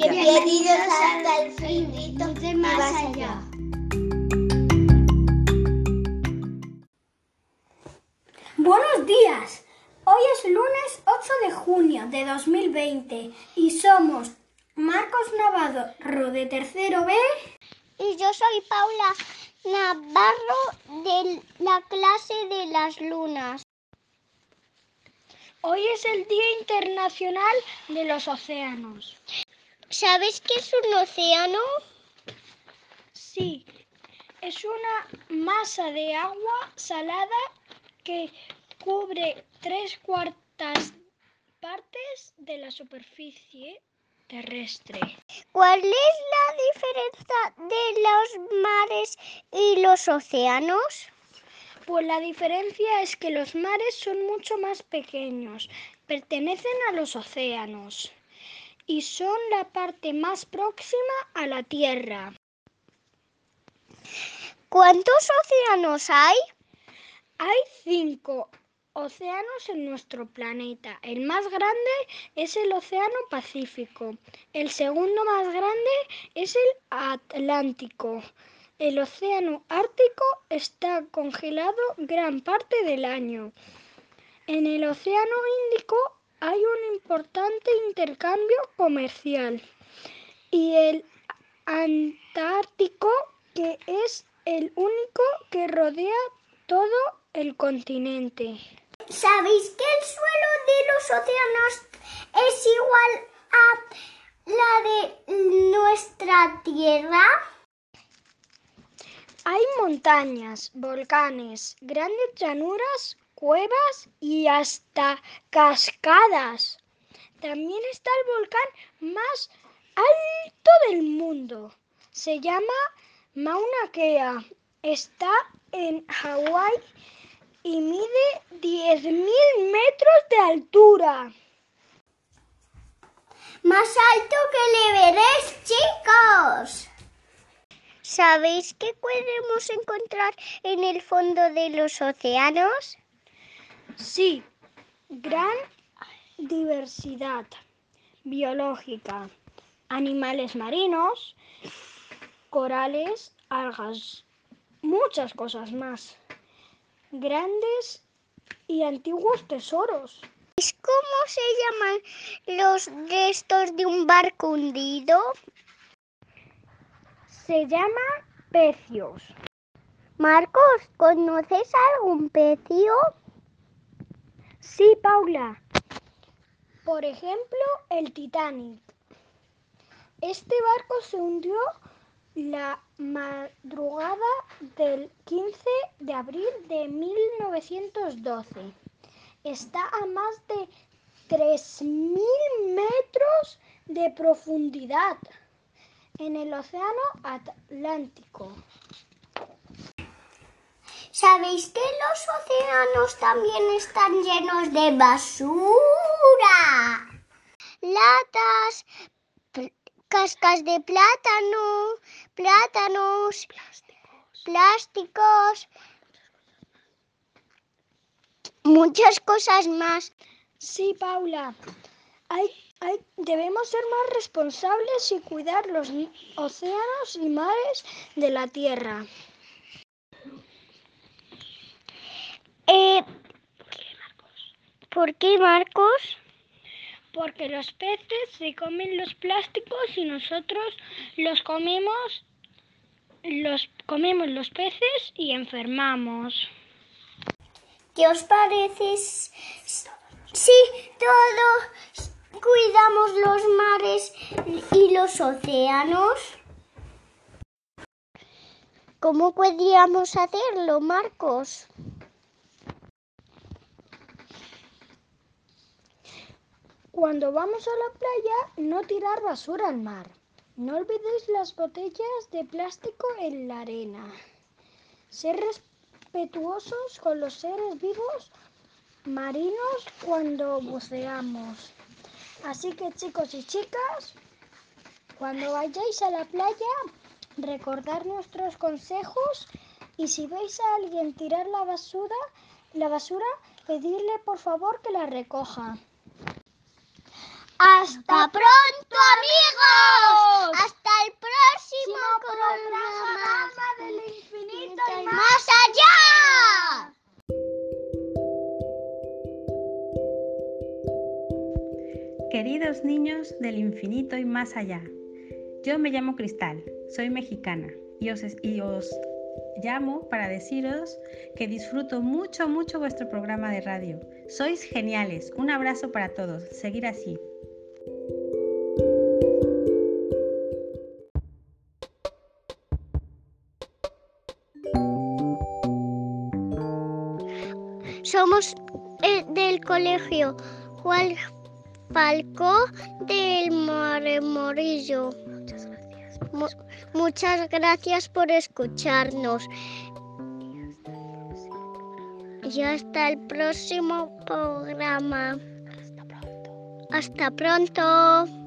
Bienvenidos hasta el infinito y más allá. Buenos días. Hoy es lunes 8 de junio de 2020 y somos Marcos Navarro de tercero B y yo soy Paula Navarro de la clase de las lunas. Hoy es el Día Internacional de los Océanos. ¿Sabes qué es un océano? Sí, es una masa de agua salada que cubre 3/4 partes de la superficie terrestre. ¿Cuál es la diferencia de los mares y los océanos? Pues la diferencia es que los mares son mucho más pequeños, pertenecen a los océanos y son la parte más próxima a la Tierra. ¿Cuántos océanos hay? Hay 5 océanos en nuestro planeta. El más grande es el Océano Pacífico. El segundo más grande es el Atlántico. El Océano Ártico está congelado gran parte del año. En el Océano Índico hay un importante intercambio comercial. Y el Antártico, que es el único que rodea todo el continente. ¿Sabéis que el suelo de los océanos es igual a la de nuestra Tierra? Hay montañas, volcanes, grandes llanuras, cuevas y hasta cascadas. También está el volcán más alto del mundo. Se llama Mauna Kea. Está en Hawái y mide 10.000 metros de altura. Más alto que el Everest, chicos. ¿Sabéis qué podemos encontrar en el fondo de los océanos? Sí, gran diversidad biológica, animales marinos, corales, algas, muchas cosas más. Grandes y antiguos tesoros. ¿Cómo se llaman los restos de un barco hundido? Se llaman pecios. Marcos, ¿conoces algún pecio? Sí, Paula. Por ejemplo, el Titanic. Este barco se hundió la madrugada del 15 de abril de 1912. Está a más de 3.000 metros de profundidad en el Océano Atlántico. ¿Sabéis que los océanos también están llenos de basura? Latas, cascas de plátano, plátanos, plásticos, muchas cosas más. Sí, Paula. Debemos ser más responsables y cuidar los océanos y mares de la Tierra. ¿Por qué, Marcos? Porque los peces se comen los plásticos y nosotros comemos los peces y enfermamos. ¿Qué os parece si todos cuidamos los mares y los océanos? ¿Cómo podríamos hacerlo, Marcos? Cuando vamos a la playa, no tirar basura al mar. No olvidéis las botellas de plástico en la arena. Ser respetuosos con los seres vivos marinos cuando buceamos. Así que, chicos y chicas, cuando vayáis a la playa, recordad nuestros consejos y si veis a alguien tirar la basura, pedidle por favor que la recoja. ¡Hasta pronto, amigos! ¡Hasta el próximo programa del infinito y más allá! Queridos niños del infinito y más allá, yo me llamo Cristal, soy mexicana y os llamo para deciros que disfruto mucho vuestro programa de radio. Sois geniales, un abrazo para todos, seguir así. Somos del colegio Juan Falcó del Morillo. Muchas gracias por escucharnos. Y hasta el próximo programa. Hasta pronto.